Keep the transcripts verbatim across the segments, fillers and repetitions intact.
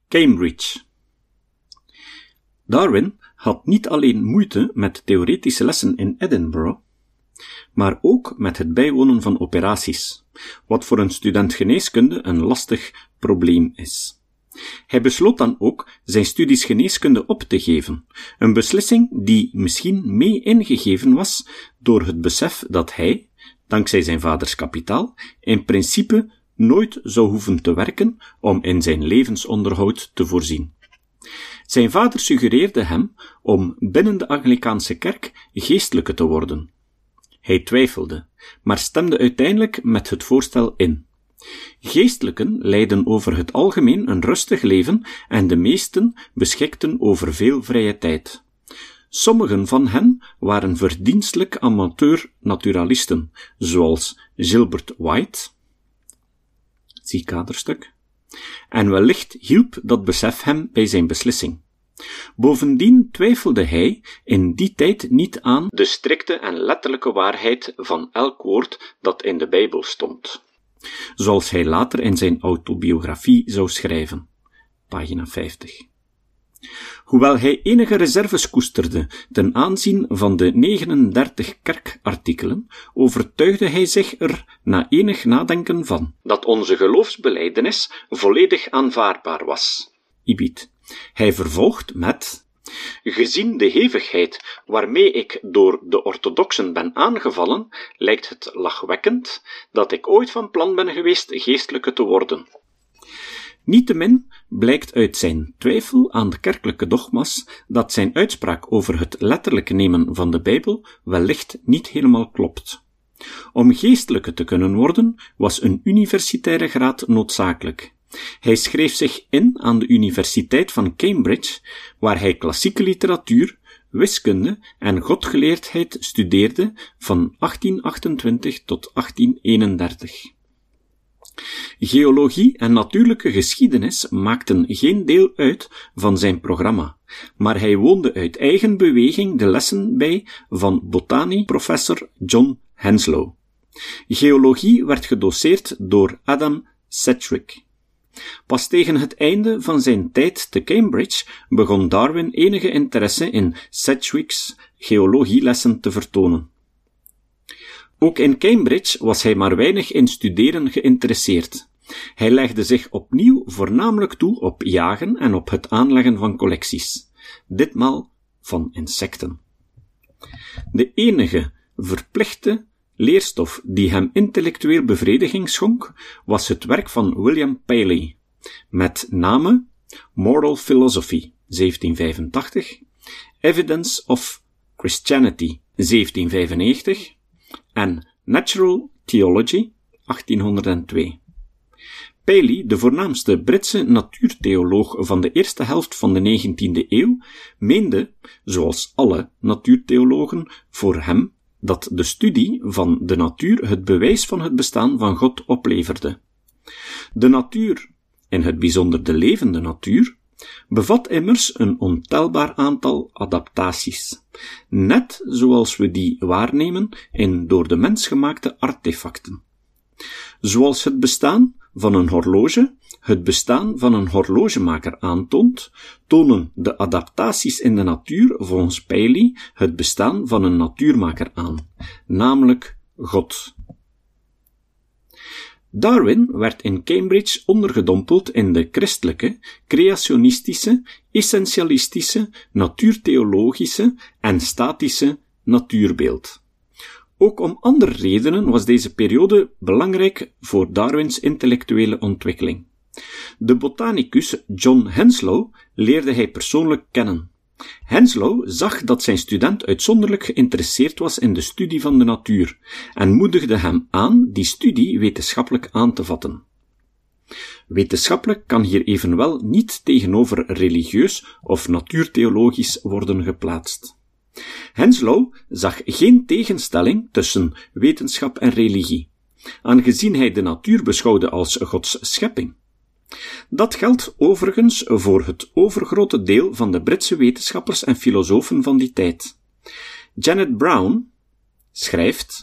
Cambridge. Darwin had niet alleen moeite met theoretische lessen in Edinburgh, maar ook met het bijwonen van operaties, wat voor een student geneeskunde een lastig probleem is. Hij besloot dan ook zijn studies geneeskunde op te geven, een beslissing die misschien mee ingegeven was door het besef dat hij, dankzij zijn vaders kapitaal, in principe nooit zou hoeven te werken om in zijn levensonderhoud te voorzien. Zijn vader suggereerde hem om binnen de Anglicaanse kerk geestelijke te worden. Hij twijfelde, maar stemde uiteindelijk met het voorstel in. Geestelijken leidden over het algemeen een rustig leven en de meesten beschikten over veel vrije tijd. Sommigen van hen waren verdienstelijk amateur-naturalisten, zoals Gilbert White, zie kaderstuk, en wellicht hielp dat besef hem bij zijn beslissing. Bovendien twijfelde hij in die tijd niet aan de strikte en letterlijke waarheid van elk woord dat in de Bijbel stond, zoals hij later in zijn autobiografie zou schrijven, pagina vijftig. Hoewel hij enige reserves koesterde ten aanzien van de negenendertig kerkartikelen, overtuigde hij zich er na enig nadenken van dat onze geloofsbelijdenis volledig aanvaardbaar was. Ibid. Hij vervolgt met: gezien de hevigheid waarmee ik door de orthodoxen ben aangevallen, lijkt het lachwekkend dat ik ooit van plan ben geweest geestelijke te worden. Niettemin blijkt uit zijn twijfel aan de kerkelijke dogma's dat zijn uitspraak over het letterlijk nemen van de Bijbel wellicht niet helemaal klopt. Om geestelijke te kunnen worden, was een universitaire graad noodzakelijk. Hij schreef zich in aan de Universiteit van Cambridge, waar hij klassieke literatuur, wiskunde en godgeleerdheid studeerde van achttien achtentwintig tot achttien eenendertig. Geologie en natuurlijke geschiedenis maakten geen deel uit van zijn programma, maar hij woonde uit eigen beweging de lessen bij van botanie-professor John Henslow. Geologie werd gedoseerd door Adam Sedgwick. Pas tegen het einde van zijn tijd te Cambridge begon Darwin enige interesse in Sedgwick's geologielessen te vertonen. Ook in Cambridge was hij maar weinig in studeren geïnteresseerd. Hij legde zich opnieuw voornamelijk toe op jagen en op het aanleggen van collecties, ditmaal van insecten. De enige verplichte leerstof die hem intellectueel bevrediging schonk, was het werk van William Paley, met name Moral Philosophy, zeventien vijfentachtig, Evidence of Christianity, zeventien vijfennegentig, en Natural Theology, achttienhonderdtwee. Paley, de voornaamste Britse natuurtheoloog van de eerste helft van de negentiende eeuw, meende, zoals alle natuurtheologen voor hem, dat de studie van de natuur het bewijs van het bestaan van God opleverde. De natuur, in het bijzonder de levende natuur, bevat immers een ontelbaar aantal adaptaties, net zoals we die waarnemen in door de mens gemaakte artefacten. Zoals het bestaan van een horloge het bestaan van een horlogemaker aantoont, tonen de adaptaties in de natuur volgens Paley het bestaan van een natuurmaker aan, namelijk God. Darwin werd in Cambridge ondergedompeld in de christelijke, creationistische, essentialistische, natuurtheologische en statische natuurbeeld. Ook om andere redenen was deze periode belangrijk voor Darwins intellectuele ontwikkeling. De botanicus John Henslow leerde hij persoonlijk kennen. Henslow zag dat zijn student uitzonderlijk geïnteresseerd was in de studie van de natuur en moedigde hem aan die studie wetenschappelijk aan te vatten. Wetenschappelijk kan hier evenwel niet tegenover religieus of natuurtheologisch worden geplaatst. Henslow zag geen tegenstelling tussen wetenschap en religie, aangezien hij de natuur beschouwde als Gods schepping. Dat geldt overigens voor het overgrote deel van de Britse wetenschappers en filosofen van die tijd. Janet Brown schrijft: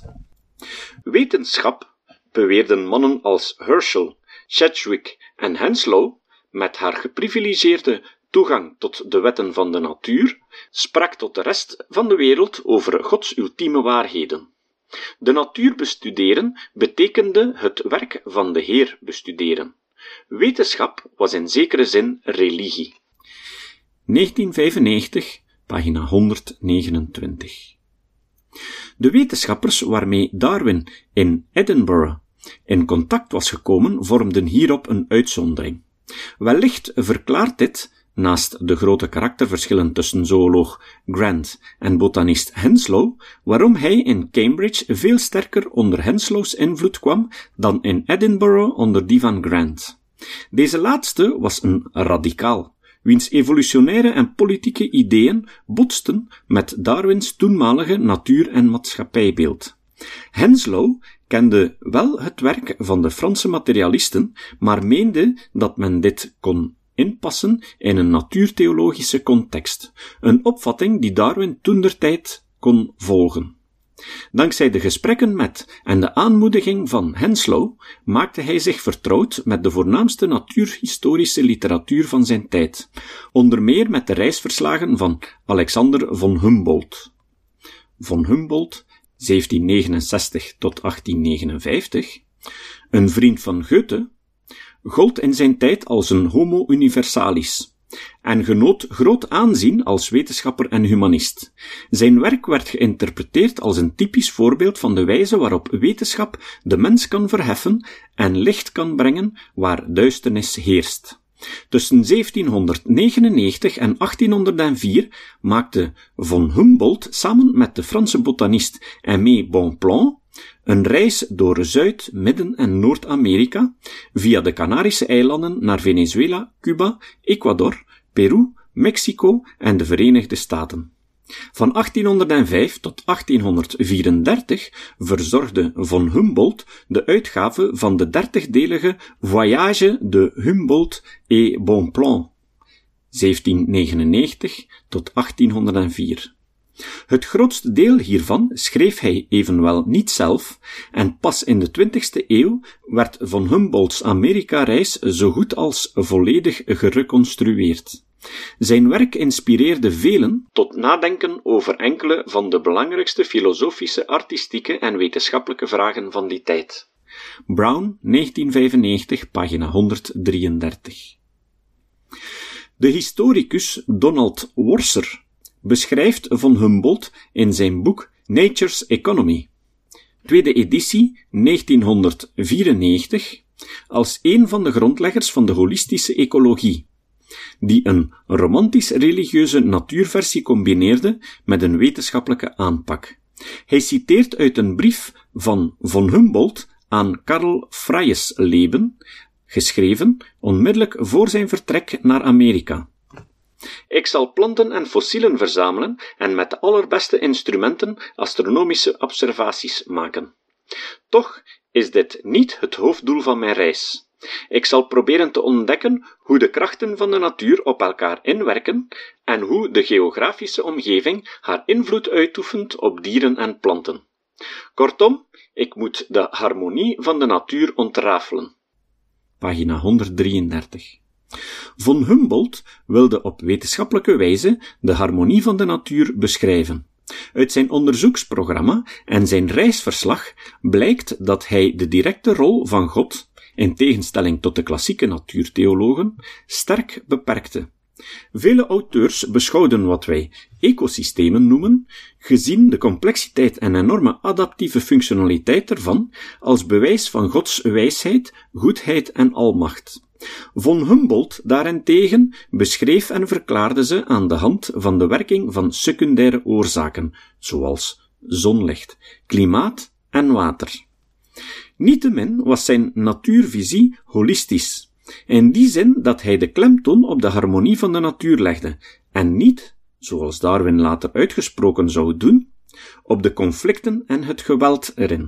wetenschap, beweerden mannen als Herschel, Sedgwick en Henslow, met haar geprivilegeerde toegang tot de wetten van de natuur, sprak tot de rest van de wereld over Gods ultieme waarheden. De natuur bestuderen betekende het werk van de Heer bestuderen. Wetenschap was in zekere zin religie. negentien vijfennegentig, pagina honderdnegenentwintig. De wetenschappers waarmee Darwin in Edinburgh in contact was gekomen, vormden hierop een uitzondering. Wellicht verklaart dit, naast de grote karakterverschillen tussen zooloog Grant en botanist Henslow, waarom hij in Cambridge veel sterker onder Henslow's invloed kwam dan in Edinburgh onder die van Grant. Deze laatste was een radicaal, wiens evolutionaire en politieke ideeën botsten met Darwins toenmalige natuur- en maatschappijbeeld. Henslow kende wel het werk van de Franse materialisten, maar meende dat men dit kon inpassen in een natuurtheologische context, een opvatting die Darwin toentertijd kon volgen. Dankzij de gesprekken met en de aanmoediging van Henslow maakte hij zich vertrouwd met de voornaamste natuurhistorische literatuur van zijn tijd, onder meer met de reisverslagen van Alexander von Humboldt. Von Humboldt, zeventien negenenzestig tot achttien negenenvijftig, een vriend van Goethe, gold in zijn tijd als een homo universalis en genoot groot aanzien als wetenschapper en humanist. Zijn werk werd geïnterpreteerd als een typisch voorbeeld van de wijze waarop wetenschap de mens kan verheffen en licht kan brengen waar duisternis heerst. Tussen zeventienhonderdnegenennegentig en achttienhonderdvier maakte von Humboldt samen met de Franse botanist Aimé Bonpland een reis door Zuid-, Midden- en Noord-Amerika, via de Canarische eilanden naar Venezuela, Cuba, Ecuador, Peru, Mexico en de Verenigde Staten. Van achttienhonderdvijf tot achttienhonderdvierendertig verzorgde von Humboldt de uitgave van de dertigdelige Voyage de Humboldt et Bonpland, zeventien negenennegentig tot achttienhonderdvier. Het grootste deel hiervan schreef hij evenwel niet zelf, en pas in de twintigste eeuw werd von Humboldts Amerika-reis zo goed als volledig gereconstrueerd. Zijn werk inspireerde velen tot nadenken over enkele van de belangrijkste filosofische, artistieke en wetenschappelijke vragen van die tijd. Brown, negentien vijfennegentig, pagina honderddrieëndertig. De historicus Donald Worser beschrijft von Humboldt in zijn boek Nature's Economy, tweede editie, negentienhonderdvierennegentig, als een van de grondleggers van de holistische ecologie, die een romantisch-religieuze natuurversie combineerde met een wetenschappelijke aanpak. Hij citeert uit een brief van von Humboldt aan Karl Freiesleben, geschreven onmiddellijk voor zijn vertrek naar Amerika. Ik zal planten en fossielen verzamelen en met de allerbeste instrumenten astronomische observaties maken. Toch is dit niet het hoofddoel van mijn reis. Ik zal proberen te ontdekken hoe de krachten van de natuur op elkaar inwerken en hoe de geografische omgeving haar invloed uitoefent op dieren en planten. Kortom, ik moet de harmonie van de natuur ontrafelen. Pagina honderddrieëndertig. Von Humboldt wilde op wetenschappelijke wijze de harmonie van de natuur beschrijven. Uit zijn onderzoeksprogramma en zijn reisverslag blijkt dat hij de directe rol van God, in tegenstelling tot de klassieke natuurtheologen, sterk beperkte. Vele auteurs beschouwden wat wij ecosystemen noemen, gezien de complexiteit en enorme adaptieve functionaliteit ervan, als bewijs van Gods wijsheid, goedheid en almacht. Von Humboldt daarentegen beschreef en verklaarde ze aan de hand van de werking van secundaire oorzaken, zoals zonlicht, klimaat en water. Niettemin was zijn natuurvisie holistisch, in die zin dat hij de klemtoon op de harmonie van de natuur legde, en niet, zoals Darwin later uitgesproken zou doen, op de conflicten en het geweld erin.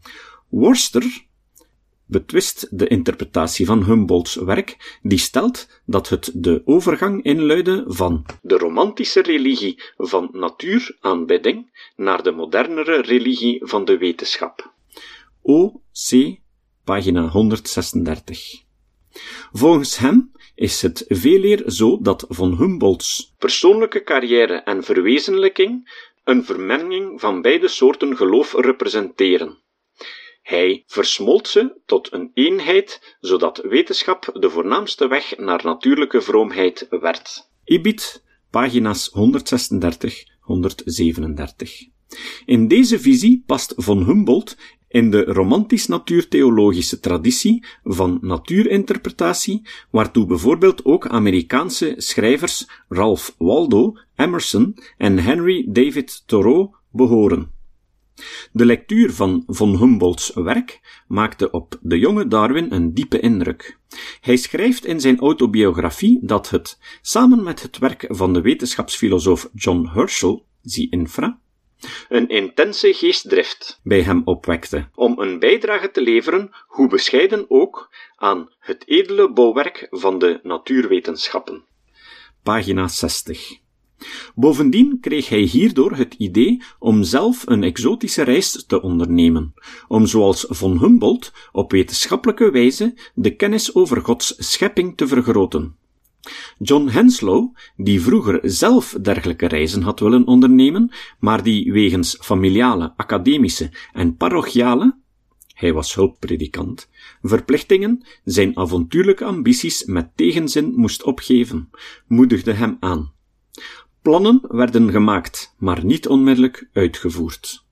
Worster betwist de interpretatie van Humboldts werk, die stelt dat het de overgang inluidde van de romantische religie van natuuraanbidding naar de modernere religie van de wetenschap. O C, pagina honderdzesendertig. Volgens hem is het veeleer zo dat von Humboldts persoonlijke carrière en verwezenlijking een vermenging van beide soorten geloof representeren. Hij versmolt ze tot een eenheid, zodat wetenschap de voornaamste weg naar natuurlijke vroomheid werd. Ibid, pagina's honderdzesendertig tot honderdzevenendertig. In deze visie past von Humboldt in de romantisch-natuurtheologische traditie van natuurinterpretatie, waartoe bijvoorbeeld ook Amerikaanse schrijvers Ralph Waldo Emerson en Henry David Thoreau behoren. De lectuur van von Humboldts werk maakte op de jonge Darwin een diepe indruk. Hij schrijft in zijn autobiografie dat het, samen met het werk van de wetenschapsfilosoof John Herschel, zie infra, een intense geestdrift bij hem opwekte om een bijdrage te leveren, hoe bescheiden ook, aan het edele bouwwerk van de natuurwetenschappen. Pagina zestig. Bovendien kreeg hij hierdoor het idee om zelf een exotische reis te ondernemen, om zoals von Humboldt op wetenschappelijke wijze de kennis over Gods schepping te vergroten. John Henslow, die vroeger zelf dergelijke reizen had willen ondernemen, maar die wegens familiale, academische en parochiale, hij was hulppredikant, verplichtingen zijn avontuurlijke ambities met tegenzin moest opgeven, moedigde hem aan. Plannen werden gemaakt, maar niet onmiddellijk uitgevoerd.